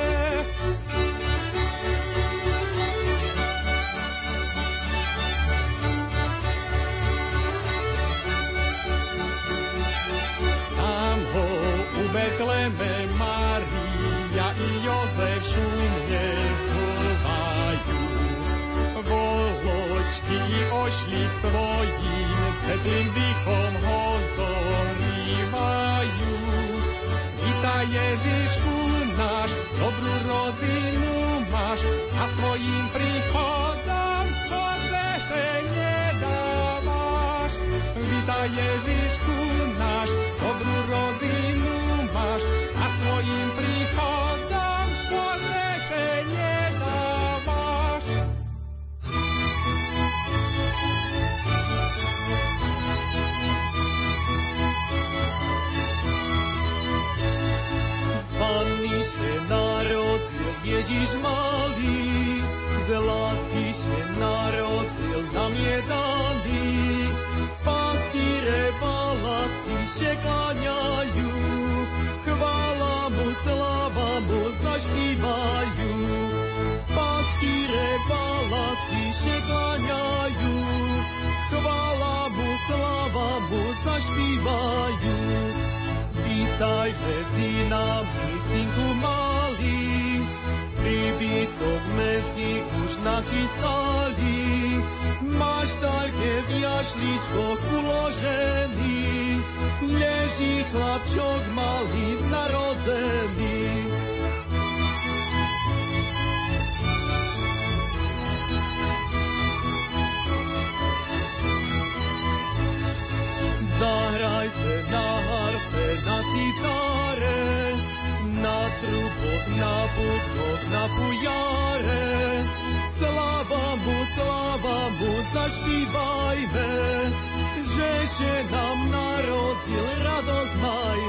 Betleme Mária i Jozef šumne chovajú. Voločky ošlík svojím cetlým dýchom ho zorývajú. Vítaj Ježišku náš, dobrú rodinu máš a svojím príchodom potešenie dávaš. Vítaj Ježišku náš, dobrú rodinu máš a svojím príchodom potešenie dávaš. Z Panny się narodzil Ježiš malý, z lásky się narodzil nám je daný. Pastýre balasy się kláňajú, chvála mu, sláva mu zašpívajú. Pastýre balasy się kláňajú, chvála mu, sláva mu zašpívajú. Vítaj medzi nami, synku malý, príbytok medzi už nachystali. Maštaľke v jašličkoch uložený, leží chlapčok malý narodzený. Zahrajte na harfe, na citáre, na truboch, na bubnoch, na fujare. Sláva mu zašpívajme, že się nám narodzil, radosť maj.